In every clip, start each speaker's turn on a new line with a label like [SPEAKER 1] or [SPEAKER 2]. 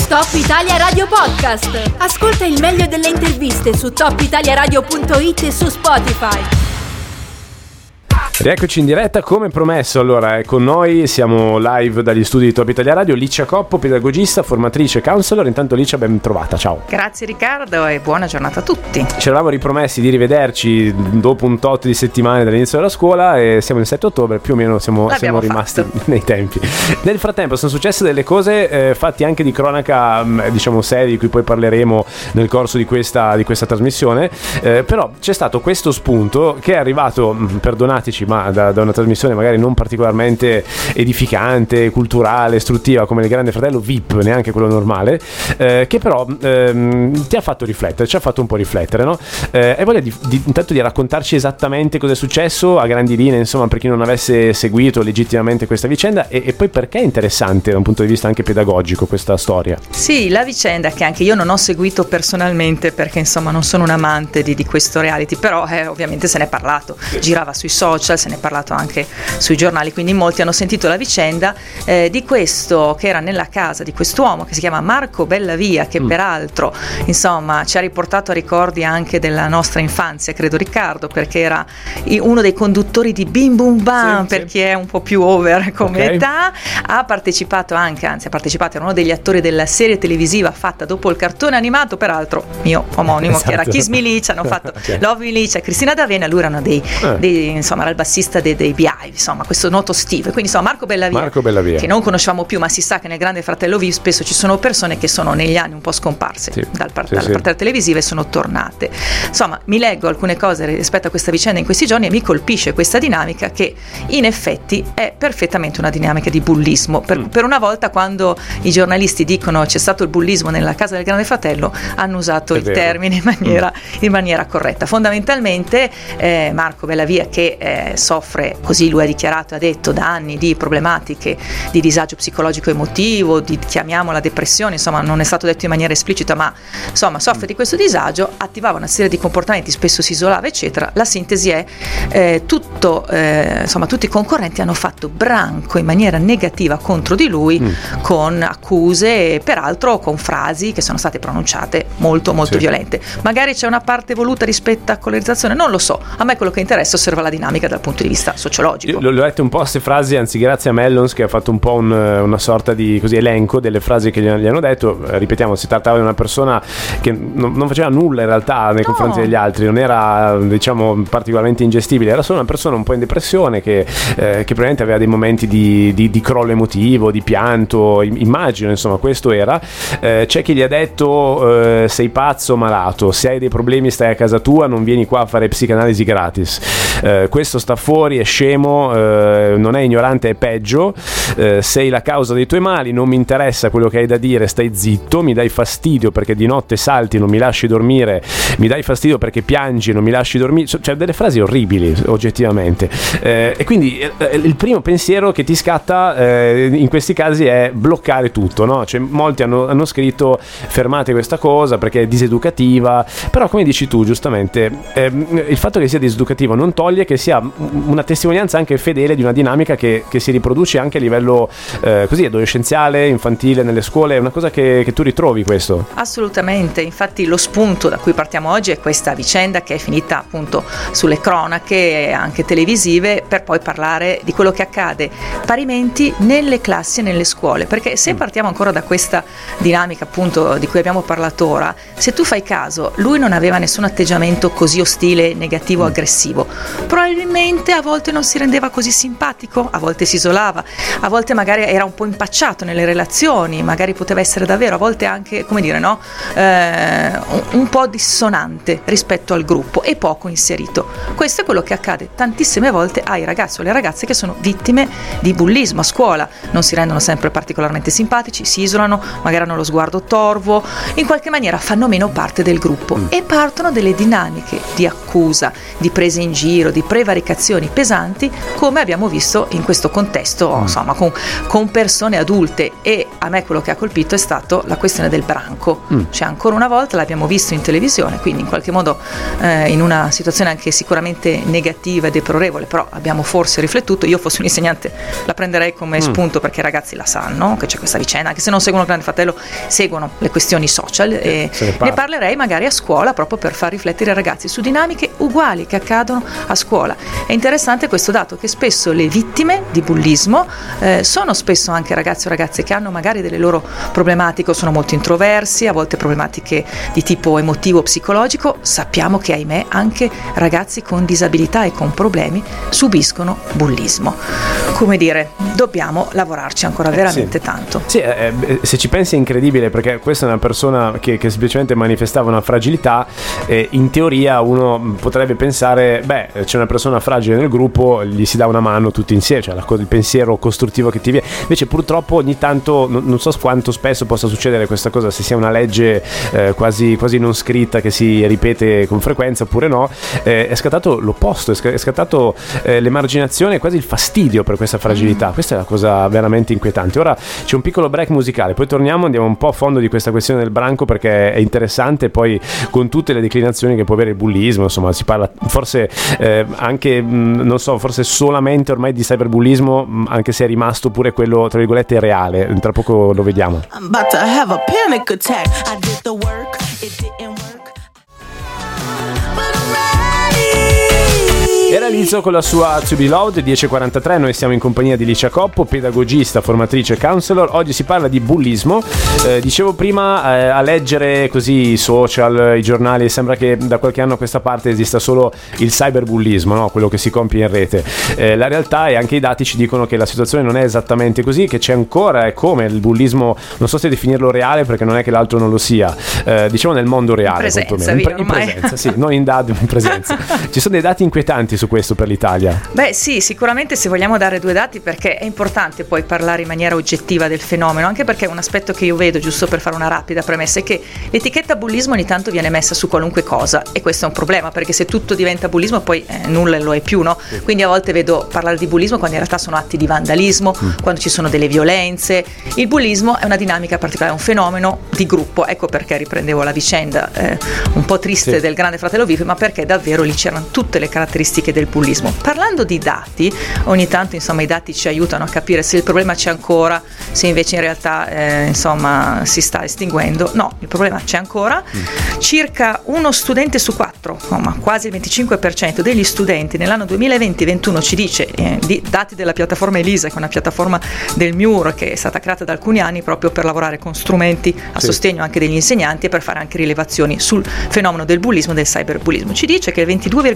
[SPEAKER 1] Top Italia Radio Podcast. Ascolta il meglio delle interviste su topitaliaradio.it e su Spotify.
[SPEAKER 2] Rieccoci in diretta come promesso. Allora, con noi siamo live dagli studi di Top Italia Radio. Licia Coppo, pedagogista, formatrice, counselor. Intanto Licia, ben trovata, ciao.
[SPEAKER 3] Grazie Riccardo e buona giornata a tutti.
[SPEAKER 2] Ci eravamo ripromessi di rivederci dopo un tot di settimane dall'inizio della scuola e siamo il 7 ottobre, più o meno siamo rimasti nei tempi. Nel frattempo sono successe delle cose, fatti anche di cronaca, diciamo serie, di cui poi parleremo nel corso di questa trasmissione, però c'è stato questo spunto che è arrivato, perdonateci, ma da una trasmissione magari non particolarmente edificante, culturale, istruttiva come il Grande Fratello VIP, neanche quello normale, che però ti ha fatto riflettere, ci ha fatto un po' riflettere, no? Hai voglia intanto di raccontarci esattamente cosa è successo a grandi linee, insomma, per chi non avesse seguito legittimamente questa vicenda e poi perché è interessante da un punto di vista anche pedagogico questa storia?
[SPEAKER 3] Sì, la vicenda che anche io non ho seguito personalmente perché insomma non sono un amante di questo reality, però ovviamente se ne è parlato, girava sui social, se ne è parlato anche sui giornali, quindi molti hanno sentito la vicenda di questo che era nella casa di quest'uomo che si chiama Marco Bellavia, che peraltro insomma ci ha riportato a ricordi anche della nostra infanzia, credo Riccardo, perché era uno dei conduttori di Bim Bum Bam, sì, per chi è un po' più over come età. Ha partecipato anche, era uno degli attori della serie televisiva fatta dopo il cartone animato, peraltro mio omonimo, che era Kiss Me Licia, hanno fatto Love Me Licia, Cristina D'Avena, lui erano insomma era il bassista dei Beehive, insomma questo noto Steve, quindi insomma Marco Bellavia, che non conosciamo più, ma si sa che nel Grande Fratello VIP spesso ci sono persone che sono negli anni un po' scomparse dalla parterre televisiva e sono tornate. Insomma, mi leggo alcune cose rispetto a questa vicenda in questi giorni e mi colpisce questa dinamica che in effetti è perfettamente una dinamica di bullismo. Per una volta, quando i giornalisti dicono c'è stato il bullismo nella casa del Grande Fratello, hanno usato il termine in maniera corretta. Fondamentalmente Marco Bellavia, che soffre, così lui ha dichiarato, ha detto, da anni di problematiche di disagio psicologico emotivo, di chiamiamola depressione, insomma non è stato detto in maniera esplicita, ma insomma soffre di questo disagio, attivava una serie di comportamenti, spesso si isolava eccetera. La sintesi è tutti i concorrenti hanno fatto branco in maniera negativa contro di lui con accuse, peraltro con frasi che sono state pronunciate molto violente. Magari c'è una parte voluta rispetto a colorizzazione, non lo so, a me quello che interessa è osservare la dinamica dal punto di vista sociologico.
[SPEAKER 2] Io l'ho letto un po' queste frasi, anzi grazie a Mellons che ha fatto un po' una sorta di elenco delle frasi che gli hanno detto. Ripetiamo, si trattava di una persona che non faceva nulla in realtà nei confronti degli altri, non era diciamo particolarmente ingestibile, era solo una persona un po' in depressione che probabilmente aveva dei momenti di crollo emotivo, di pianto, immagino, insomma questo era. C'è chi gli ha detto sei pazzo o malato, se hai dei problemi stai a casa tua, non vieni qua a fare psicanalisi gratis, questo sta fuori, è scemo, non è ignorante, è peggio, sei la causa dei tuoi mali, non mi interessa quello che hai da dire, stai zitto, mi dai fastidio perché di notte salti, non mi lasci dormire, mi dai fastidio perché piangi, non mi lasci dormire, cioè delle frasi orribili oggettivamente, e quindi il primo pensiero che ti scatta in questi casi è bloccare tutto, no? Cioè, molti hanno scritto fermate questa cosa perché è diseducativa, però come dici tu giustamente, il fatto che sia diseducativo non toglie che sia una testimonianza anche fedele di una dinamica che si riproduce anche a livello così adolescenziale, infantile, nelle scuole. È una cosa che tu ritrovi questo?
[SPEAKER 3] Assolutamente, infatti lo spunto da cui partiamo oggi è questa vicenda che è finita appunto sulle cronache anche televisive, per poi parlare di quello che accade parimenti nelle classi e nelle scuole, perché se partiamo ancora da questa dinamica appunto di cui abbiamo parlato ora, se tu fai caso, lui non aveva nessun atteggiamento così ostile, negativo, aggressivo, probabilmente a volte non si rendeva così simpatico, a volte si isolava, a volte magari era un po' impacciato nelle relazioni, magari poteva essere davvero a volte anche, come dire, no? Un po' dissonante rispetto al gruppo e poco inserito. Questo è quello che accade tantissime volte ai ragazzi o alle ragazze che sono vittime di bullismo a scuola, non si rendono sempre particolarmente simpatici, si isolano, magari hanno lo sguardo torvo, in qualche maniera fanno meno parte del gruppo e partono delle dinamiche di accusa, di prese in giro, di prevaricazione comunicazioni pesanti, come abbiamo visto in questo contesto, insomma, con persone adulte. E a me quello che ha colpito è stato la questione del branco, cioè ancora una volta l'abbiamo visto in televisione, quindi in qualche modo in una situazione anche sicuramente negativa e deplorevole, però abbiamo forse riflettuto. Io fossi un insegnante la prenderei come spunto, perché i ragazzi la sanno che c'è questa vicenda, anche se non seguono il Grande Fratello, seguono le questioni social, e ne parlerei magari a scuola, proprio per far riflettere i ragazzi su dinamiche uguali che accadono a scuola. È interessante questo dato, che spesso le vittime di bullismo sono spesso anche ragazzi o ragazze che hanno magari delle loro problematiche, o sono molto introversi, a volte problematiche di tipo emotivo, psicologico. Sappiamo che ahimè anche ragazzi con disabilità e con problemi subiscono bullismo. Come dire, dobbiamo lavorarci ancora veramente tanto.
[SPEAKER 2] Sì, se ci pensi è incredibile, perché questa è una persona che semplicemente manifestava una fragilità. In teoria uno potrebbe pensare, c'è una persona fragile nel gruppo, gli si dà una mano tutti insieme, cioè il pensiero costruttivo che ti viene. Invece purtroppo ogni tanto, non so quanto spesso possa succedere questa cosa, se sia una legge quasi non scritta che si ripete con frequenza oppure no, è scattato l'opposto, è scattato l'emarginazione e quasi il fastidio per questa fragilità. Questa è la cosa veramente inquietante. Ora c'è un piccolo break musicale, poi torniamo, andiamo un po' a fondo di questa questione del branco, perché è interessante, poi con tutte le declinazioni che può avere il bullismo. Insomma, si parla forse anche, non so, forse solamente ormai di cyberbullismo, anche se è rimasto pure quello tra virgolette reale. Tra poco lo vediamo.
[SPEAKER 4] I'm about to have a panic attack. I did the work, it didn't work.
[SPEAKER 2] Era Lizzo con la sua To Be Loved, 10:43. Noi siamo in compagnia di Licia Coppo, pedagogista, formatrice e counselor. Oggi si parla di bullismo. Dicevo prima, a leggere così i social, i giornali, sembra che da qualche anno a questa parte esista solo il cyberbullismo, no? Quello che si compie in rete. La realtà, e anche i dati ci dicono che la situazione non è esattamente così, che c'è ancora, è come il bullismo, non so se definirlo reale, perché non è che l'altro non lo sia, diciamo nel mondo reale,
[SPEAKER 3] in presenza,
[SPEAKER 2] in presenza, sì, non in DAD, in presenza. Ci sono dei dati inquietanti su questo per l'Italia?
[SPEAKER 3] Sì, sicuramente, se vogliamo dare due dati, perché è importante poi parlare in maniera oggettiva del fenomeno, anche perché un aspetto che io vedo, giusto per fare una rapida premessa, è che l'etichetta bullismo ogni tanto viene messa su qualunque cosa, e questo è un problema, perché se tutto diventa bullismo poi nulla lo è più, no? Quindi a volte vedo parlare di bullismo quando in realtà sono atti di vandalismo, quando ci sono delle violenze. Il bullismo è una dinamica particolare, è un fenomeno di gruppo. Ecco perché riprendevo la vicenda un po' triste del Grande Fratello VIP, ma perché davvero lì c'erano tutte le caratteristiche del bullismo. Parlando di dati, ogni tanto insomma i dati ci aiutano a capire se il problema c'è ancora, se invece in realtà insomma si sta estinguendo. No, il problema c'è ancora. Circa uno studente su 4, insomma quasi il 25% degli studenti nell'anno 2020-21, ci dice di dati della piattaforma ELISA, che è una piattaforma del MIUR che è stata creata da alcuni anni proprio per lavorare con strumenti a sostegno anche degli insegnanti e per fare anche rilevazioni sul fenomeno del bullismo e del cyberbullismo. Ci dice che il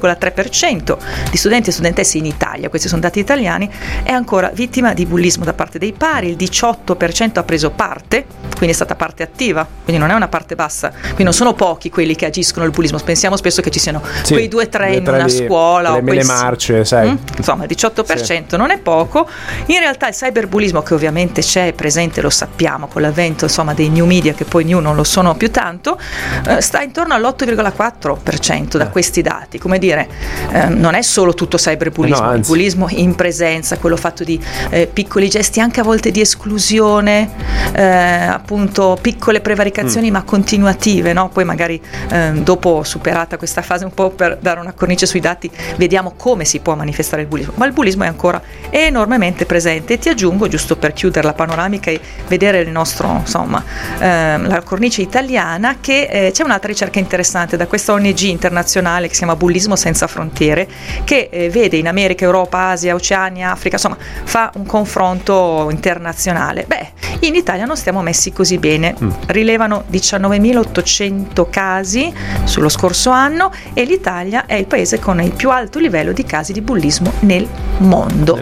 [SPEAKER 3] 22,3% di studenti e studentesse in Italia, questi sono dati italiani, è ancora vittima di bullismo da parte dei pari. Il 18% ha preso parte, quindi è stata parte attiva, quindi non è una parte bassa, quindi non sono pochi quelli che agiscono il bullismo. Pensiamo spesso che ci siano quei 2-3 in una scuola, o
[SPEAKER 2] le marce, sai.
[SPEAKER 3] Insomma, il 18% non è poco. In realtà il cyberbullismo, che ovviamente c'è, è presente, lo sappiamo, con l'avvento insomma dei new media, che poi new non lo sono più tanto, sta intorno all'8,4% da questi dati. Come dire, non è solo tutto cyberbullismo, il bullismo in presenza, quello fatto di piccoli gesti, anche a volte di esclusione, appunto piccole prevaricazioni ma continuative, no? Poi magari dopo, superata questa fase, un po' per dare una cornice sui dati, vediamo come si può manifestare il bullismo, ma il bullismo è ancora enormemente presente. E ti aggiungo, giusto per chiudere la panoramica e vedere il nostro, insomma, la cornice italiana, che c'è un'altra ricerca interessante da questa ONG internazionale che si chiama Bullismo Senza Frontiere, che vede in America, Europa, Asia, Oceania, Africa, insomma fa un confronto internazionale. In Italia non stiamo messi così bene, rilevano 19.800 casi sullo scorso anno, e l'Italia è il paese con il più alto livello di casi di bullismo nel mondo.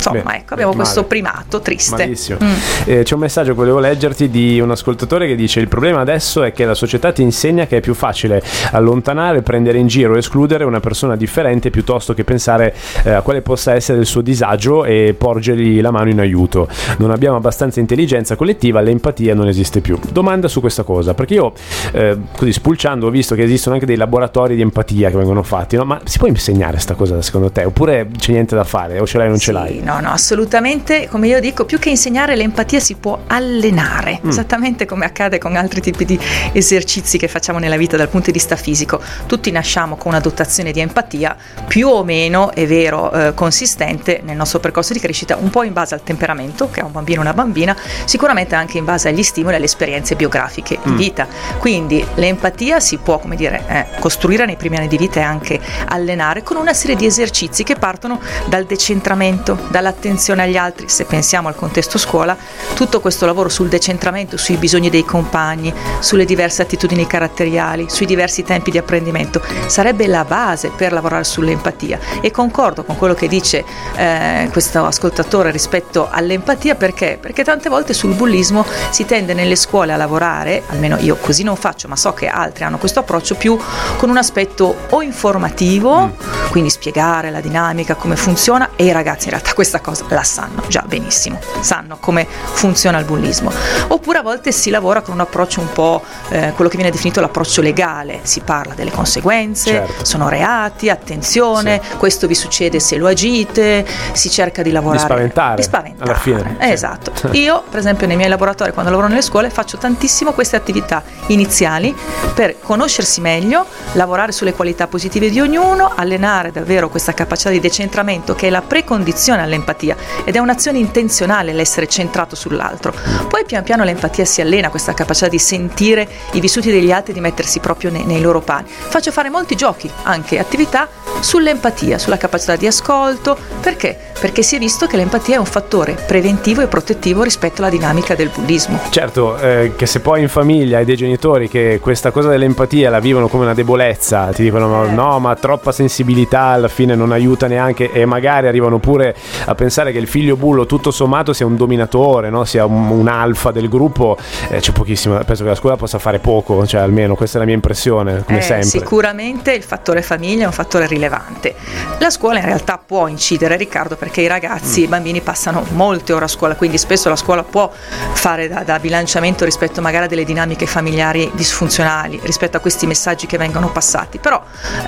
[SPEAKER 3] Insomma, ecco, abbiamo questo primato triste.
[SPEAKER 2] Malissimo. C'è un messaggio che volevo leggerti di un ascoltatore che dice: il problema adesso è che la società ti insegna che è più facile allontanare, prendere in giro e escludere una persona differente piuttosto che pensare a quale possa essere il suo disagio e porgergli la mano in aiuto. Non abbiamo abbastanza intelligenza collettiva, l'empatia non esiste più. Domanda su questa cosa, perché io così spulciando ho visto che esistono anche dei laboratori di empatia che vengono fatti, no? Ma si può insegnare sta cosa secondo te? Oppure c'è niente da fare? O ce l'hai o non ce l'hai?
[SPEAKER 3] No, assolutamente. Come io dico, più che insegnare, l'empatia si può allenare, esattamente come accade con altri tipi di esercizi che facciamo nella vita dal punto di vista fisico. Tutti nasciamo con una dotazione di empatia più o meno, è vero, consistente nel nostro percorso di crescita, un po' in base al temperamento che ha un bambino o una bambina, sicuramente anche in base agli stimoli e alle esperienze biografiche di vita. Quindi l'empatia si può, come dire, costruire nei primi anni di vita e anche allenare con una serie di esercizi che partono dal decentramento, dall'attenzione agli altri. Se pensiamo al contesto scuola, tutto questo lavoro sul decentramento, sui bisogni dei compagni, sulle diverse attitudini caratteriali, sui diversi tempi di apprendimento, sarebbe la base per lavorare sull'empatia. E concordo con quello che dice questo ascoltatore rispetto all'empatia, perché tante volte sul bullismo si tende nelle scuole a lavorare, almeno io così non faccio, ma so che altri hanno questo approccio più con un aspetto o informativo, quindi spiegare la dinamica, come funziona, e i ragazzi in realtà questa cosa la sanno già benissimo, sanno come funziona il bullismo. Oppure a volte si lavora con un approccio un po' quello che viene definito l'approccio legale, si parla delle conseguenze, certo, sono reati, attenzione, sì, questo vi succede se lo agite, si cerca di lavorare,
[SPEAKER 2] di spaventare alla fine.
[SPEAKER 3] Esatto. Io per esempio nei miei laboratori, quando lavoro nelle scuole, faccio tantissimo queste attività iniziali per conoscersi meglio, lavorare sulle qualità positive di ognuno, allenare davvero questa capacità di decentramento che è la precondizione all'empatia, ed è un'azione intenzionale l'essere centrato sull'altro. Poi pian piano l'empatia si allena, questa capacità di sentire i vissuti degli altri, di mettersi proprio nei loro panni. Faccio fare molti giochi, anche attività sull'empatia, sulla capacità di ascolto. Perché? Perché si è visto che l'empatia è un fattore preventivo e protettivo rispetto alla dinamica del bullismo.
[SPEAKER 2] Certo, che se poi in famiglia hai dei genitori che questa cosa dell'empatia la vivono come una debolezza, ti dicono no, ma troppa sensibilità alla fine non aiuta neanche, e magari arrivano pure a pensare che il figlio bullo tutto sommato sia un dominatore, no? Sia un alfa del gruppo, c'è pochissimo, penso che la scuola possa fare poco, cioè almeno questa è la mia impressione, come sempre.
[SPEAKER 3] Sicuramente il fattore famiglia è un fattore rilevante. La scuola in realtà può incidere, Riccardo, perché i ragazzi, i bambini passano molte ore a scuola, quindi spesso la scuola può fare da bilanciamento rispetto magari a delle dinamiche familiari disfunzionali, rispetto a questi messaggi che vengono passati. Però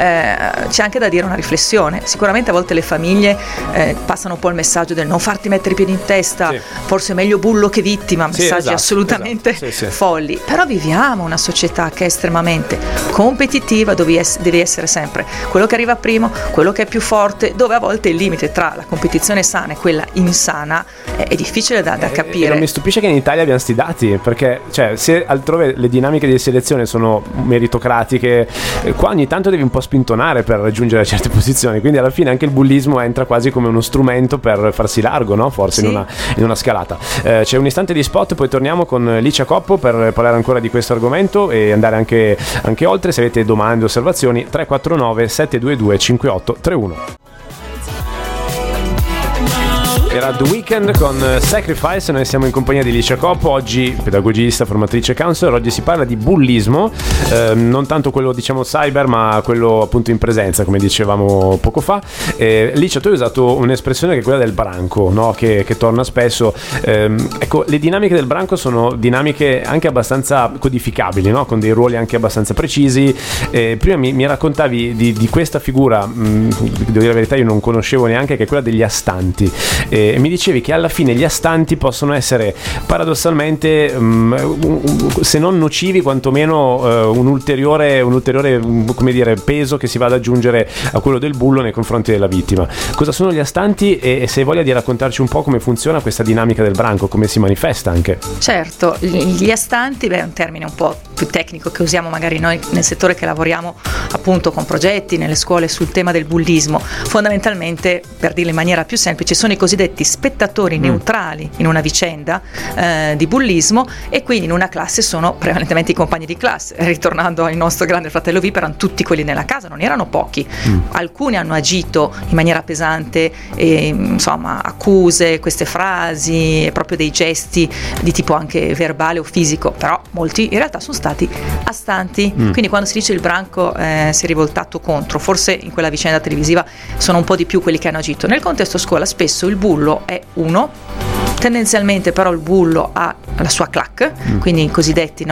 [SPEAKER 3] c'è anche da dire una riflessione. Sicuramente a volte le famiglie passano un po' il messaggio del non farti mettere i piedi in testa, sì, forse è meglio bullo che vittima, messaggi assolutamente folli. Però viviamo una società che è estremamente competitiva, dove devi essere sempre quello che arriva primo, quello che è più forte, dove a volte il limite tra la competizione sana e quella insana è difficile da capire.
[SPEAKER 2] E non mi stupisce che in Italia abbiamo sti dati, perché cioè, se altrove le dinamiche di selezione sono meritocratiche, qua ogni tanto devi un po' spintonare per raggiungere certe posizioni, quindi alla fine anche il bullismo entra quasi come uno strumento per farsi largo, no? Forse sì, in una scalata. C'è un istante di spot, poi torniamo con Licia Coppo per parlare ancora di questo argomento e andare anche oltre. Se avete domande o osservazioni, 349 722 5831. Era The Weeknd con Sacrifice. Noi siamo in compagnia di Licia Coppo, oggi pedagogista, formatrice counselor. Oggi si parla di bullismo, non tanto quello diciamo cyber, ma quello appunto in presenza, come dicevamo poco fa. Licia, tu hai usato un'espressione che è quella del branco, no? che torna spesso. Ecco, le dinamiche del branco sono dinamiche anche abbastanza codificabili, no? Con dei ruoli anche abbastanza precisi. Prima mi raccontavi di questa figura, devo dire la verità, io non conoscevo neanche, che è quella degli astanti. Mi dicevi che alla fine gli astanti possono essere paradossalmente se non nocivi, quantomeno un ulteriore come dire, peso che si va ad aggiungere a quello del bullo nei confronti della vittima. Cosa sono gli astanti e se hai voglia di raccontarci un po' come funziona questa dinamica del branco, come si manifesta anche?
[SPEAKER 3] Certo, gli astanti è un termine un po' più tecnico che usiamo magari noi nel settore che lavoriamo appunto con progetti nelle scuole sul tema del bullismo, fondamentalmente, per dirlo in maniera più semplice, sono i cosiddetti spettatori neutrali in una vicenda di bullismo, e quindi in una classe sono prevalentemente i compagni di classe. Ritornando al nostro grande fratello VIP, erano tutti quelli nella casa, non erano pochi. Alcuni hanno agito in maniera pesante, insomma accuse, queste frasi, proprio dei gesti di tipo anche verbale o fisico, però molti in realtà sono stati astanti. Quindi quando si dice il branco si è rivoltato contro, forse in quella vicenda televisiva sono un po' di più quelli che hanno agito. Nel contesto scuola spesso il bullo è uno. Tendenzialmente però il bullo ha la sua clac, quindi i cosiddetti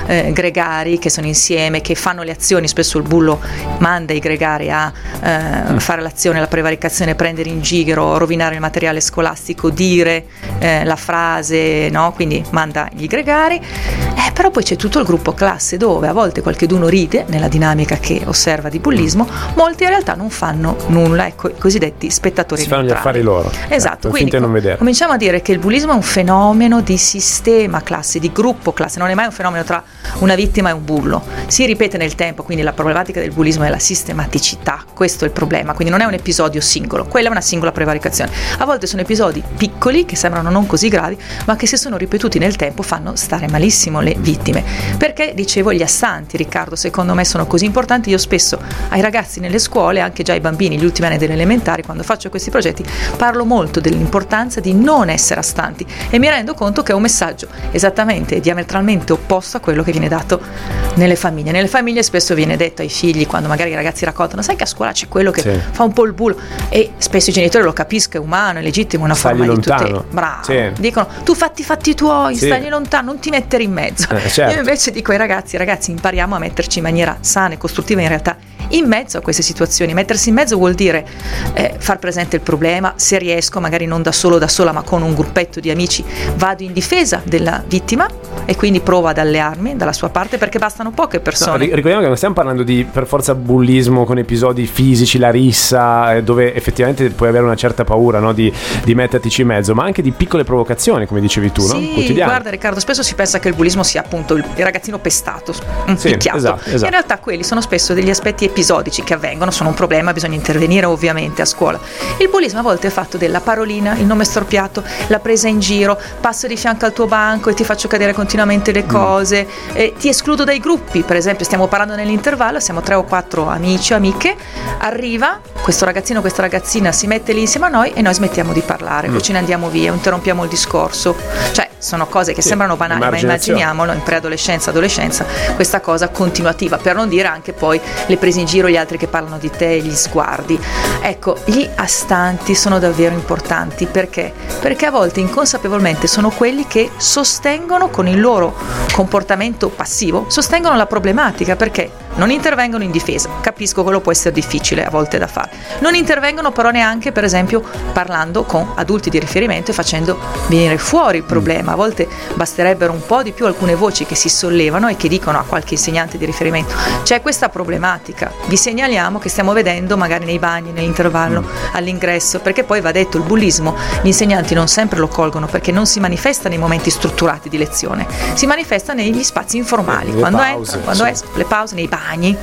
[SPEAKER 3] gregari che sono insieme, che fanno le azioni. Spesso il bullo manda i gregari a fare l'azione, la prevaricazione, prendere in giro, rovinare il materiale scolastico, dire la frase, quindi manda gli gregari. Però poi c'è tutto il gruppo classe, dove a volte qualcheduno ride nella dinamica che osserva di bullismo, molti in realtà non fanno nulla, ecco, i cosiddetti spettatori
[SPEAKER 2] si fanno gli affari loro.
[SPEAKER 3] Esatto, quindi
[SPEAKER 2] finta di non vedere.
[SPEAKER 3] Cominciamo a dire che il bullismo è un fenomeno di sistema classe, di gruppo classe, non è mai un fenomeno tra una vittima e un bullo, si ripete nel tempo. Quindi la problematica del bullismo è la sistematicità, questo è il problema, quindi non è un episodio singolo, quella è una singola prevaricazione. A volte sono episodi piccoli che sembrano non così gravi, ma che se sono ripetuti nel tempo fanno stare malissimo le vittime. Perché, dicevo, gli assanti, Riccardo, secondo me sono così importanti. Io spesso ai ragazzi nelle scuole, anche già ai bambini, gli ultimi anni delle elementari, quando faccio questi progetti, parlo molto dell'importanza di non essere astanti, e mi rendo conto che è un messaggio esattamente diametralmente opposto a quello che viene dato nelle famiglie. Nelle famiglie spesso viene detto ai figli, quando magari i ragazzi raccontano, sai che a scuola c'è quello che fa un po' il bullo, e spesso i genitori lo capisco, è umano, è legittimo, è una forma di tutela. Bravo, dicono tu fatti i fatti tuoi, stai lontano, non ti mettere in mezzo.
[SPEAKER 2] Certo.
[SPEAKER 3] Io invece dico ai ragazzi, impariamo a metterci in maniera sana e costruttiva in realtà in mezzo a queste situazioni. Mettersi in mezzo vuol dire far presente il problema, se riesco, magari non da sola, ma con un gruppetto di amici, vado in difesa della vittima e quindi provo ad allearmi dalla sua parte, perché bastano poche persone.
[SPEAKER 2] Ricordiamo che non stiamo parlando di per forza bullismo con episodi fisici, la rissa, dove effettivamente puoi avere una certa paura, di mettertici in mezzo, ma anche di piccole provocazioni, come dicevi tu, quotidiane.
[SPEAKER 3] Guarda Riccardo, spesso si pensa che il bullismo sia appunto il ragazzino pestato, picchiato.
[SPEAKER 2] Esatto.
[SPEAKER 3] In realtà quelli sono spesso degli aspetti episodici che avvengono, sono un problema, bisogna intervenire ovviamente a scuola. Il bullismo a volte è fatto della parolina, il nome storpiato, la presa in giro, passo di fianco al tuo banco e ti faccio cadere continuamente le cose, ti escludo dai gruppi. Per esempio, stiamo parlando nell'intervallo, siamo 3 o 4 amici o amiche, arriva questo ragazzino, questa ragazzina, si mette lì insieme a noi e noi smettiamo di parlare, poi ce ne andiamo via, interrompiamo il discorso. Cioè, sono cose che sembrano banali, ma immaginiamolo in preadolescenza, adolescenza, questa cosa continuativa, per non dire anche poi le prese in giro, gli altri che parlano di te, gli sguardi. Ecco, gli astanti sono davvero importanti. Perché a volte inconsapevolmente sono quelli che sostengono, con il loro comportamento passivo, sostengono la problematica, perché non intervengono in difesa. Capisco che quello può essere difficile a volte da fare. Non intervengono però neanche, per esempio, parlando con adulti di riferimento e facendo venire fuori il problema. A volte basterebbero un po' di più alcune voci che si sollevano e che dicono a qualche insegnante di riferimento: c'è questa problematica, vi segnaliamo che stiamo vedendo magari nei bagni, nell'intervallo, all'ingresso, perché poi va detto, il bullismo gli insegnanti non sempre lo colgono, perché non si manifesta nei momenti strutturati di lezione, si manifesta negli spazi informali, quando esco, le pause, nei bagni.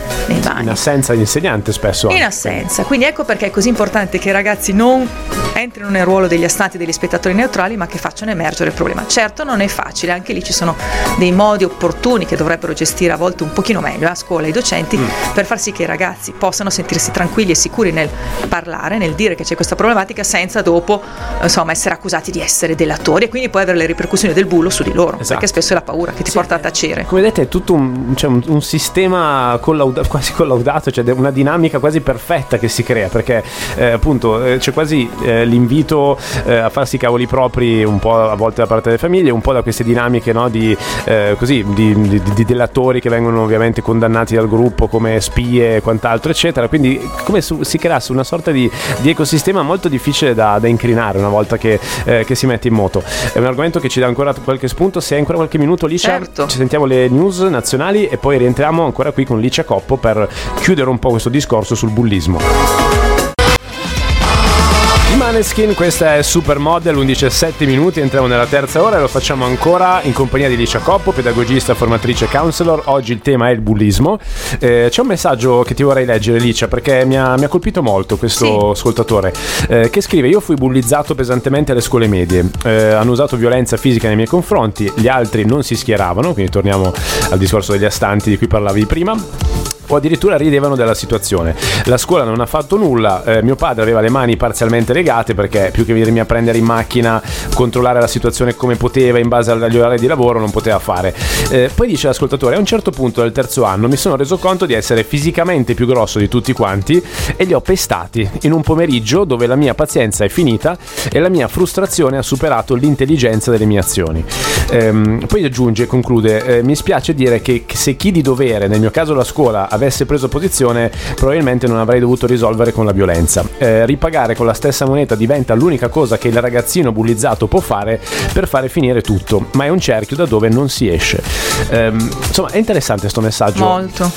[SPEAKER 3] In
[SPEAKER 2] assenza di insegnante spesso.
[SPEAKER 3] In assenza, quindi ecco perché è così importante che i ragazzi non entrino nel ruolo degli astanti, degli spettatori neutrali, ma che facciano emergere il problema. Certo non è facile, anche lì ci sono dei modi opportuni che dovrebbero gestire a volte un pochino meglio a scuola i docenti, per far sì che i ragazzi possano sentirsi tranquilli e sicuri nel parlare, nel dire che c'è questa problematica, senza dopo essere accusati di essere delatori e quindi poi avere le ripercussioni del bullo su di loro. Esatto. Perché spesso è la paura che ti porta a tacere.
[SPEAKER 2] Come vedete è tutto un sistema quasi collaudato, cioè una dinamica quasi perfetta che si crea, perché appunto c'è quasi l'invito a farsi i cavoli propri un po' a volte da parte delle famiglie, un po' da queste dinamiche di delatori che vengono ovviamente condannati dal gruppo come spie e quant'altro eccetera, quindi come si creasse una sorta di ecosistema molto difficile da incrinare una volta che si mette in moto. È un argomento che ci dà ancora qualche spunto. Se hai ancora qualche minuto, Licia,
[SPEAKER 3] certo.
[SPEAKER 2] Ci sentiamo le news nazionali e poi rientriamo ancora qui con Licia Coppo per chiudere un po' questo discorso sul bullismo. Maneskin, questa è Supermodel, 11:07 minuti, entriamo nella terza ora e lo facciamo ancora in compagnia di Licia Coppo, pedagogista, formatrice, counselor. Oggi il tema è il bullismo. C'è un messaggio che ti vorrei leggere, Licia, perché mi ha colpito molto questo ascoltatore, che scrive: io fui bullizzato pesantemente alle scuole medie, hanno usato violenza fisica nei miei confronti, gli altri non si schieravano, quindi torniamo al discorso degli astanti di cui parlavi prima, o addirittura ridevano della situazione. La scuola non ha fatto nulla, mio padre aveva le mani parzialmente legate perché più che venirmi a prendere in macchina, controllare la situazione come poteva in base agli orari di lavoro, non poteva fare. Poi dice l'ascoltatore: a un certo punto del terzo anno mi sono reso conto di essere fisicamente più grosso di tutti quanti e li ho pestati in un pomeriggio dove la mia pazienza è finita e la mia frustrazione ha superato l'intelligenza delle mie azioni. Poi aggiunge e conclude: mi spiace dire che se chi di dovere, nel mio caso la scuola, avesse preso posizione, probabilmente non avrei dovuto risolvere con la violenza. Ripagare con la stessa moneta diventa l'unica cosa che il ragazzino bullizzato può fare per fare finire tutto, ma è un cerchio da dove non si esce. Insomma, è interessante sto messaggio.
[SPEAKER 3] Molto.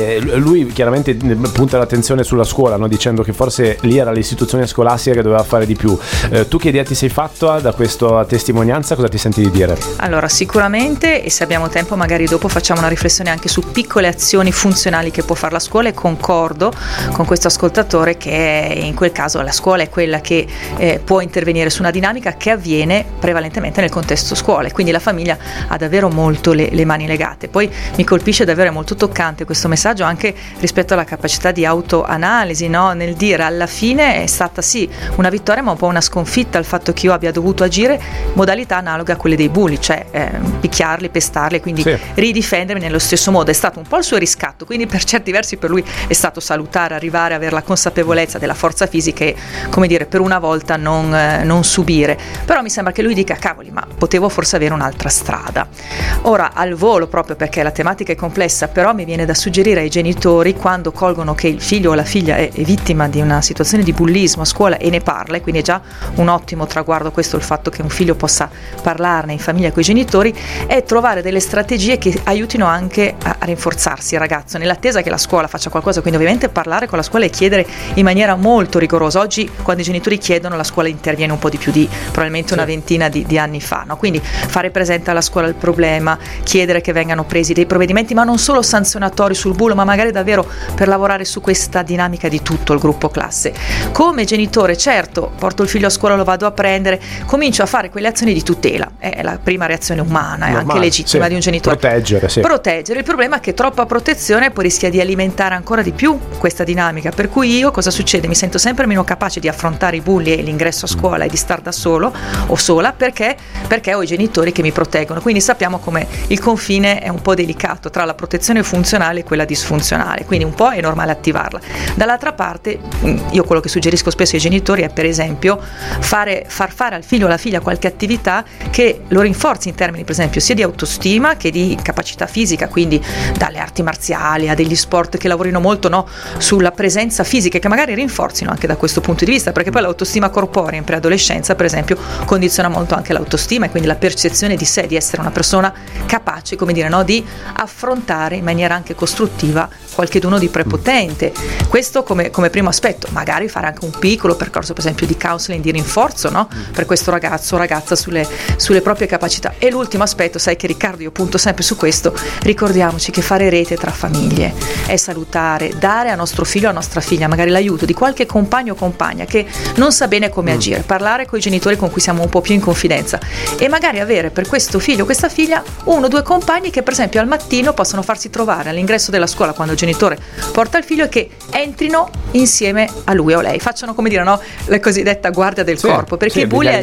[SPEAKER 2] Lui chiaramente punta l'attenzione sulla scuola, no? Dicendo che forse lì era l'istituzione scolastica che doveva fare di più. Tu che idea ti sei fatto da questa testimonianza? Cosa ti senti di dire?
[SPEAKER 3] Allora, sicuramente, e se abbiamo tempo magari dopo facciamo una riflessione anche su piccole azioni funzionali che può fare la scuola, e concordo con questo ascoltatore che in quel caso la scuola è quella che può intervenire su una dinamica che avviene prevalentemente nel contesto scuola, e quindi la famiglia ha davvero molto le mani legate. Poi mi colpisce davvero, è molto toccante questo messaggio anche rispetto alla capacità di autoanalisi, no? Nel dire alla fine è stata sì una vittoria ma un po' una sconfitta il fatto che io abbia dovuto agire modalità analoga a quelle dei bulli, cioè picchiarli, pestarli, quindi ridifendermi nello stesso modo. È stato un po' il suo riscatto, quindi per certi versi per lui è stato salutare, arrivare a avere la consapevolezza della forza fisica e, come dire, per una volta non subire. Però mi sembra che lui dica: cavoli, ma potevo forse avere un'altra strada. Ora, al volo, proprio perché la tematica è complessa, però mi viene da suggerire ai genitori, quando colgono che il figlio o la figlia è vittima di una situazione di bullismo a scuola e ne parla, e quindi è già un ottimo traguardo questo, il fatto che un figlio possa parlarne in famiglia con i genitori, è trovare delle strategie che aiutino anche a rinforzarsi il ragazzo, nell'attesa che la scuola faccia qualcosa. Quindi ovviamente parlare con la scuola e chiedere in maniera molto rigorosa. Oggi quando i genitori chiedono, la scuola interviene un po' di più di probabilmente una ventina di anni fa, no? Quindi fare presente alla scuola il problema, chiedere che vengano presi dei provvedimenti, ma non solo sanzionatori sul bullo, ma magari davvero per lavorare su questa dinamica di tutto il gruppo classe. Come genitore, certo, porto il figlio a scuola, lo vado a prendere, comincio a fare quelle azioni di tutela, è la prima reazione umana, è anche legittima di un genitore. Proteggere. Il problema è che troppa protezione poi rischia di alimentare ancora di più questa dinamica, per cui io cosa succede? Mi sento sempre meno capace di affrontare i bulli e l'ingresso a scuola e di star da solo o sola perché ho i genitori che mi proteggono. Quindi sappiamo come il confine è un po' delicato tra la protezione funzionale e quella disfunzionale, quindi un po' è normale attivarla. Dall'altra parte, io quello che suggerisco spesso ai genitori è, per esempio, far fare al figlio o alla figlia qualche attività che lo rinforzi in termini, per esempio, sia di autostima che di capacità fisica, quindi dalle arti marziali a degli sport che lavorino molto, no, sulla presenza fisica, che magari rinforzino anche da questo punto di vista, perché poi l'autostima corporea in preadolescenza, per esempio, condiziona molto anche l'autostima e quindi la percezione di sé, di essere una persona capace, come dire, no, di affrontare in maniera anche costruttiva qualcheduno di prepotente. Questo come primo aspetto. Magari fare anche un piccolo percorso, per esempio, di counseling, di rinforzo, no, per questo ragazzo o ragazza sulle proprie capacità. E l'ultimo aspetto, sai che Riccardo, io punto sempre su questo, ricordiamoci che fare rete tra famiglie è salutare, dare a nostro figlio o a nostra figlia magari l'aiuto di qualche compagno o compagna che non sa bene come agire, parlare con i genitori con cui siamo un po' più in confidenza e magari avere per questo figlio o questa figlia 1 o 2 compagni che, per esempio, al mattino possono farsi trovare all'ingresso della scuola quando il genitore porta il figlio e che entrino insieme a lui o lei, facciano, come dire, no, la cosiddetta guardia del corpo, perché i bulli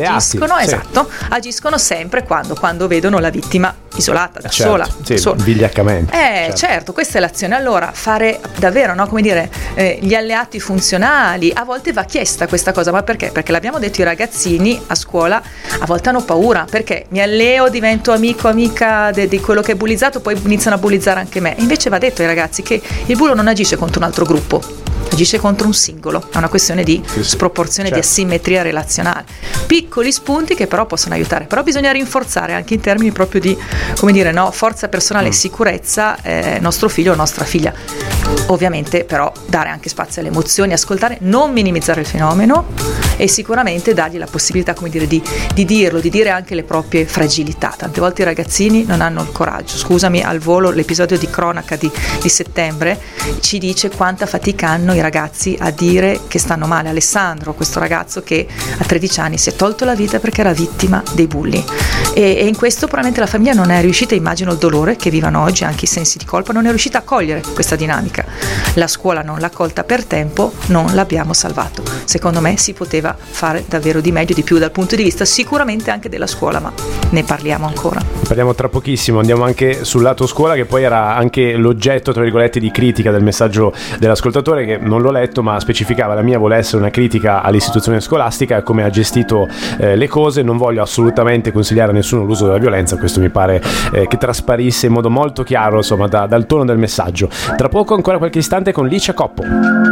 [SPEAKER 3] agiscono sempre quando vedono la vittima isolata, da sola.
[SPEAKER 2] Vigliaccamente.
[SPEAKER 3] Certo, questa è l'azione. Allora, fare davvero, no, come dire, gli alleati funzionali, a volte va chiesta questa cosa, ma perché? Perché l'abbiamo detto, i ragazzini a scuola a volte hanno paura, perché mi alleo, divento amica di quello che è bullizzato, poi iniziano a bullizzare anche me. E invece va detto ai ragazzi che il bullo non agisce contro un altro gruppo, agisce contro un singolo, è una questione di sproporzione, di asimmetria relazionale. Piccoli spunti che però possono aiutare, però bisogna rinforzare anche in termini proprio di, come dire, no, forza personale e sicurezza nostro figlio o nostra figlia. Ovviamente però dare anche spazio alle emozioni, ascoltare, non minimizzare il fenomeno e sicuramente dargli la possibilità, come dire, di dirlo, di dire anche le proprie fragilità. Tante volte i ragazzini non hanno il coraggio. Scusami, al volo l'episodio di cronaca di settembre ci dice quanta fatica hanno i ragazzi a dire che stanno male. Alessandro, questo ragazzo che a 13 anni si è tolto la vita perché era vittima dei bulli, e in questo probabilmente la famiglia non è riuscita, immagino il dolore che vivono oggi, anche i sensi di colpa, non è riuscita a cogliere questa dinamica. La scuola non l'ha colta per tempo, non l'abbiamo salvato. Secondo me si poteva fare davvero di meglio, di più dal punto di vista sicuramente anche della scuola, ma ne parliamo ancora.
[SPEAKER 2] Parliamo tra pochissimo, andiamo anche sul lato scuola, che poi era anche l'oggetto, tra virgolette, di critica del messaggio dell'ascoltatore, che non l'ho letto ma specificava: la mia vuole essere una critica all'istituzione scolastica e come ha gestito le cose. Non voglio assolutamente consigliare a nessuno l'uso della violenza, questo mi pare che trasparisse in modo molto chiaro, insomma, dal tono del messaggio. Tra poco, ancora qualche istante, con Licia Coppo.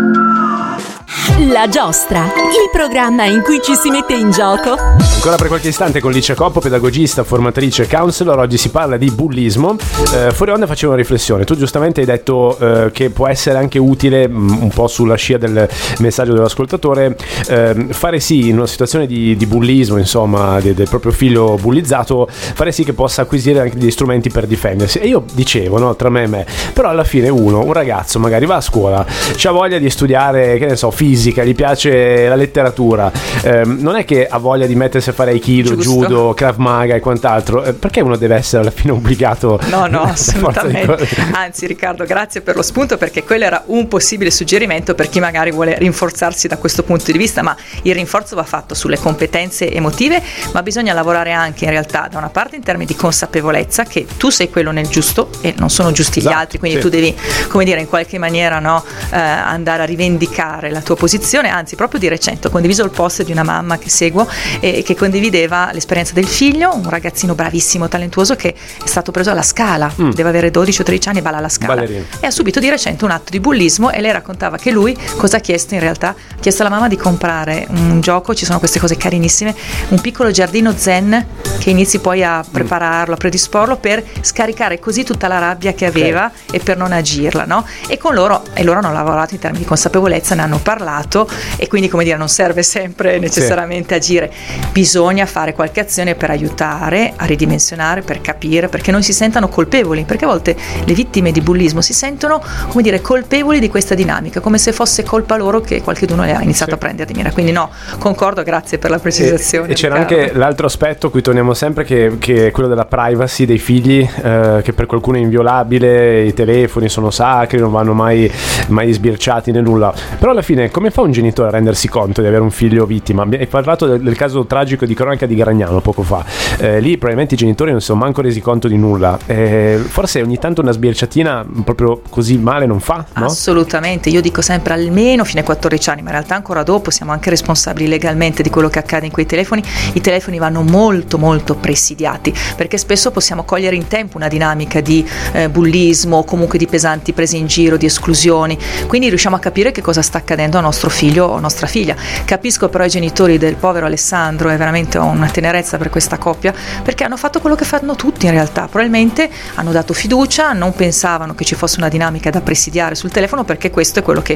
[SPEAKER 1] La Giostra, il programma in cui ci si mette in gioco.
[SPEAKER 2] Ancora per qualche istante con Licia Coppo, pedagogista, formatrice, counselor. Oggi si parla di bullismo. Fuori onda facevo una riflessione. Tu giustamente hai detto che può essere anche utile, un po' sulla scia del messaggio dell'ascoltatore, fare sì, in una situazione di bullismo, insomma, del proprio figlio bullizzato, fare sì che possa acquisire anche degli strumenti per difendersi. E io dicevo, no, tra me e me, però alla fine un ragazzo magari va a scuola, c'ha voglia di studiare, che ne so, fisica, gli piace la letteratura, non è che ha voglia di mettersi a fare aikido, judo, krav maga e quant'altro. Perché uno deve essere alla fine obbligato?
[SPEAKER 3] No, assolutamente. Anzi, Riccardo, grazie per lo spunto, perché quello era un possibile suggerimento per chi magari vuole rinforzarsi da questo punto di vista, ma il rinforzo va fatto sulle competenze emotive, ma bisogna lavorare anche in realtà da una parte in termini di consapevolezza che tu sei quello nel giusto e non sono giusti gli altri, quindi tu devi, come dire, in qualche maniera andare a rivendicare la tua posizione. Anzi, proprio di recente ho condiviso il post di una mamma che seguo e che condivideva l'esperienza del figlio, un ragazzino bravissimo, talentuoso, che è stato preso alla Scala, deve avere 12 o 13 anni, balla alla Scala, ballerino, e ha subito di recente un atto di bullismo. E lei raccontava che lui cosa ha chiesto in realtà? Ha chiesto alla mamma di comprare un gioco, ci sono queste cose carinissime, un piccolo giardino zen che inizi poi a prepararlo, a predisporlo per scaricare così tutta la rabbia che aveva e per non agirla, no? E con loro hanno lavorato in termini di consapevolezza, ne hanno parlato, e quindi, come dire, non serve sempre necessariamente agire, bisogna fare qualche azione per aiutare a ridimensionare, per capire, perché non si sentano colpevoli, perché a volte le vittime di bullismo si sentono, come dire, colpevoli di questa dinamica, come se fosse colpa loro che qualcuno le ha iniziato a prendere di mira. Quindi no, concordo, grazie per la precisazione.
[SPEAKER 2] E c'era anche l'altro aspetto a cui torniamo sempre, che è quello della privacy dei figli, che per qualcuno è inviolabile, i telefoni sono sacri, non vanno mai sbirciati né nulla. Però alla fine come fa un genitore a rendersi conto di avere un figlio vittima? Hai parlato del caso tragico di cronaca di Gragnano poco fa, lì probabilmente i genitori non si sono manco resi conto di nulla, forse ogni tanto una sbirciatina proprio così male non fa, no?
[SPEAKER 3] Assolutamente, io dico sempre almeno fino ai 14 anni, ma in realtà ancora dopo siamo anche responsabili legalmente di quello che accade in quei telefoni. I telefoni vanno molto molto presidiati, perché spesso possiamo cogliere in tempo una dinamica di bullismo o comunque di pesanti prese in giro, di esclusioni, quindi riusciamo a capire che cosa sta accadendo a nostro figlio o nostra figlia. Capisco però i genitori del povero Alessandro, e veramente ho una tenerezza per questa coppia, perché hanno fatto quello che fanno tutti in realtà, probabilmente hanno dato fiducia, non pensavano che ci fosse una dinamica da presidiare sul telefono, perché questo è quello che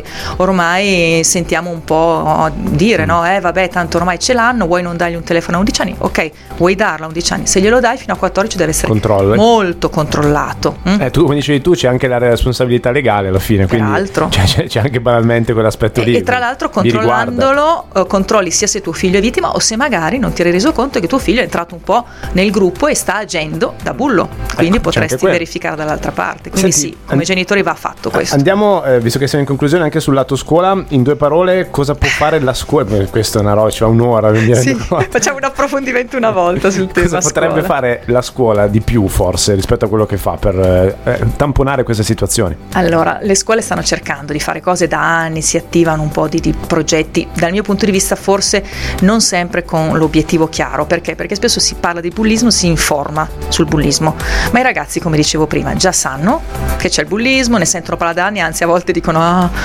[SPEAKER 3] ormai sentiamo un po' dire, no? Vabbè, tanto ormai ce l'hanno, vuoi non dargli un telefono a 11 anni? Ok, vuoi darlo a 11 anni, se glielo dai fino a 14 deve essere molto controllato.
[SPEAKER 2] Tu, come dicevi tu, c'è anche la responsabilità legale alla fine, quindi c'è anche banalmente quell'aspetto lì.
[SPEAKER 3] E tra l'altro, controllandolo, controlli sia se tuo figlio è vittima o se magari non ti eri reso conto che tuo figlio è entrato un po' nel gruppo e sta agendo da bullo, quindi potresti verificare dall'altra parte. Quindi senti, come genitori va fatto questo.
[SPEAKER 2] Andiamo, visto che siamo in conclusione, anche sul lato scuola, in 2 parole, cosa può fare la scuola? Questa è una roba, ci va un'ora.
[SPEAKER 3] Facciamo un approfondimento una volta sul tema.
[SPEAKER 2] Cosa potrebbe fare la scuola di più, forse, rispetto a quello che fa per tamponare queste situazioni?
[SPEAKER 3] Allora, le scuole stanno cercando di fare cose da anni, si attivano un po' di progetti, dal mio punto di vista forse non sempre con l'obiettivo chiaro. Perché spesso si parla di bullismo, si informa sul bullismo, ma i ragazzi, come dicevo prima, già sanno che c'è il bullismo, ne sentono parlare da anni, anzi a volte dicono che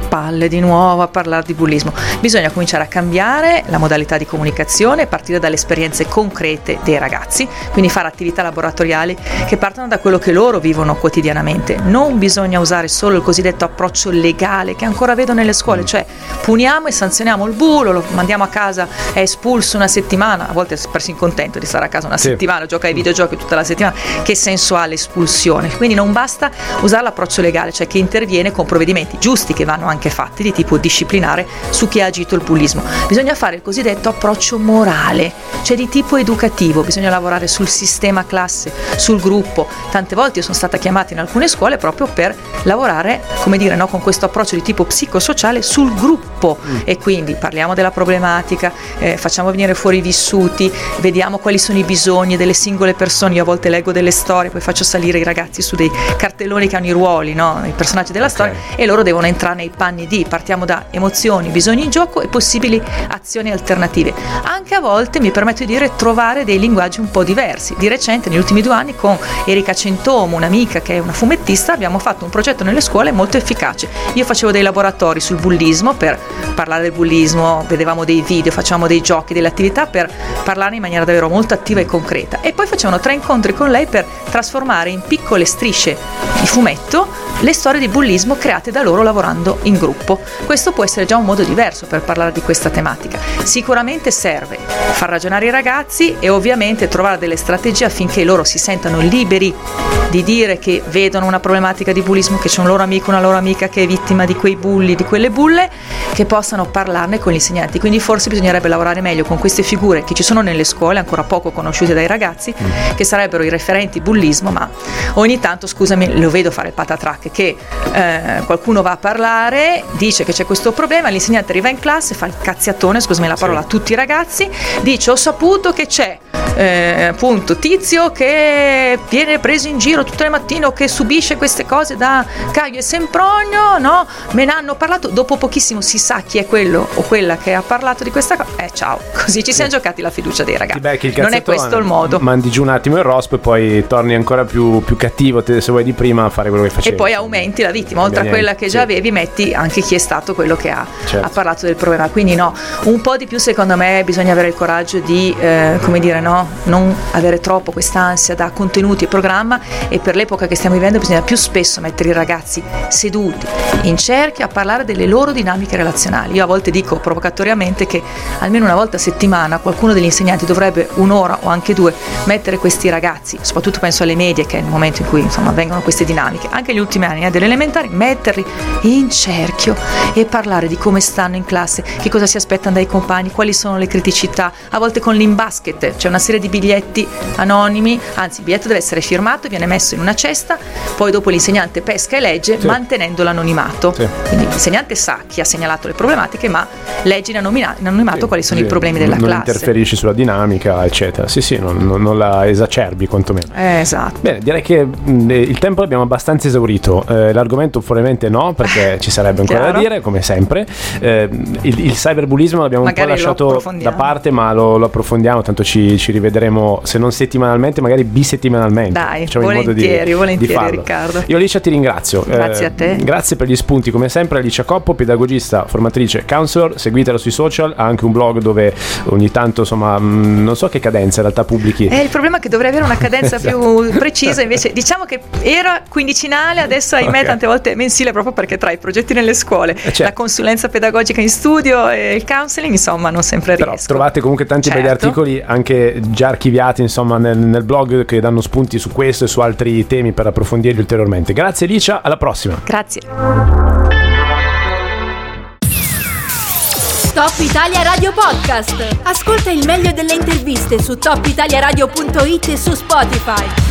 [SPEAKER 3] palle di nuovo a parlare di bullismo. Bisogna cominciare a cambiare la modalità di comunicazione, partire dalle esperienze concrete dei ragazzi, quindi fare attività laboratoriali che partano da quello che loro vivono quotidianamente. Non bisogna usare solo il cosiddetto approccio legale che ancora vedo nelle scuole, cioè puniamo e sanzioniamo il bullo, lo mandiamo a casa, è espulso una settimana, a volte è persino contento di stare a casa una settimana, gioca ai videogiochi tutta la settimana. Che senso ha l'espulsione? Quindi non basta usare l'approccio legale, cioè che interviene con provvedimenti giusti che vanno anche fatti di tipo disciplinare su chi ha agito il bullismo. Bisogna fare il cosiddetto approccio morale, cioè di tipo educativo, bisogna lavorare sul sistema classe, sul gruppo. Tante volte io sono stata chiamata in alcune scuole proprio per lavorare, come dire, no, con questo approccio di tipo psicosociale sul gruppo, e quindi parliamo della problematica, facciamo venire fuori i vissuti, vediamo quali sono i bisogni delle singole persone. Io a volte leggo delle storie, poi faccio salire i ragazzi su dei cartelloni che hanno i ruoli, no, i personaggi della storia, e loro devono entrare nei panni di, partiamo da emozioni, bisogni in gioco e possibili azioni alternative. Anche a volte, mi permetto di dire, trovare dei linguaggi un po' diversi. Di recente, negli ultimi 2 anni, con Erika Centomo, un'amica che è una fumettista, abbiamo fatto un progetto nelle scuole molto efficace. Io facevo dei laboratori sul bullismo, per parlare del bullismo, vedevamo dei video, facevamo dei giochi, delle attività per parlarne in maniera davvero molto attiva e concreta, e poi facevano 3 incontri con lei per trasformare in piccole strisce di fumetto le storie di bullismo create da loro lavorando in gruppo. Questo può essere già un modo diverso per parlare di questa tematica. Sicuramente serve far ragionare i ragazzi e ovviamente trovare delle strategie affinché loro si sentano liberi di dire che vedono una problematica di bullismo, che c'è un loro amico, una loro amica che è vittima di quei bulli, di quelle bulle, che possano parlarne con gli insegnanti. Quindi forse bisognerebbe lavorare meglio con queste figure che ci sono nelle scuole, ancora poco conosciute dai ragazzi, che sarebbero i referenti bullismo, ma ogni tanto, scusami, lo vedo fare il patatrack, che qualcuno va a parlare, dice che c'è questo problema, l'insegnante arriva in classe, fa il cazziatone, scusami la parola, a tutti i ragazzi, dice: ho saputo che c'è appunto Tizio che viene preso in giro tutte le mattine o che subisce queste cose da Caio e Sempronio, no? Me ne hanno parlato. Dopo pochissimo si sa chi è quello o quella che ha parlato di questa cosa, ciao, così ci siamo giocati la fiducia dei ragazzi. Non è questo il modo.
[SPEAKER 2] Mandi giù un attimo il rospo e poi torni ancora più cattivo, se vuoi, di prima, a fare quello che facevi.
[SPEAKER 3] E poi aumenti la vittima, oltre a quella che già avevi, metti anche chi è stato quello che ha parlato del problema. Quindi no, un po' di più, secondo me, bisogna avere il coraggio di come dire, no, non avere troppo quest'ansia da contenuti e programma, e per l'epoca che stiamo vivendo bisogna più spesso mettere i ragazzi seduti in cerchio a parlare delle loro dinamiche relazionali. Io a volte dico provocatoriamente che almeno una volta a settimana qualcuno degli insegnanti dovrebbe, 1 ora o anche 2, mettere questi ragazzi, soprattutto penso alle medie, che è il momento in cui insomma avvengono queste dinamiche, anche gli ultimi anni delle elementari, metterli in cerchio e parlare di come stanno in classe, che cosa si aspettano dai compagni, quali sono le criticità. A volte con l'Inbasket c'è una serie di biglietti anonimi, anzi il biglietto deve essere firmato, viene messo in una cesta, poi dopo l'insegnante pesca e legge, mantenendo l'anonimato. Quindi l'insegnante sa chi ha segnalato le problematiche, ma legge in anonimato quali sono i problemi della classe.
[SPEAKER 2] Non interferisci sulla dinamica, eccetera. Sì, non la esacerbi quantomeno.
[SPEAKER 3] Esatto.
[SPEAKER 2] Bene, direi che il tempo l'abbiamo abbastanza esaurito. L'argomento probabilmente no, perché ci sarebbe ancora da dire, come sempre. Il cyberbullismo l'abbiamo magari un po' lasciato da parte, ma lo approfondiamo, tanto ci rivedremo, se non settimanalmente, magari bisettimanalmente.
[SPEAKER 3] Dai, volentieri, Riccardo.
[SPEAKER 2] Io, Alicia, ti ringrazio.
[SPEAKER 3] Grazie a te.
[SPEAKER 2] Grazie per gli spunti, come sempre. Alicia Coppo, pedagogista, formatrice, counselor, seguitela sui social, ha anche un blog dove ogni tanto, insomma, non so che cadenza in realtà pubblichi.
[SPEAKER 3] Il problema è che dovrei avere una cadenza più precisa, invece diciamo che era quindicinale, adesso ahimè tante volte mensile, proprio perché tra i progetti nelle scuole, la consulenza pedagogica in studio e il counseling, insomma, non sempre riesco.
[SPEAKER 2] Però trovate comunque tanti belli articoli, anche già archiviati, insomma, nel blog, che danno spunti su questo e su altri temi per approfondirli ulteriormente. Grazie Alicia, alla prossima.
[SPEAKER 3] Grazie.
[SPEAKER 1] Top Italia Radio Podcast. Ascolta il meglio delle interviste su topitaliaradio.it e su Spotify.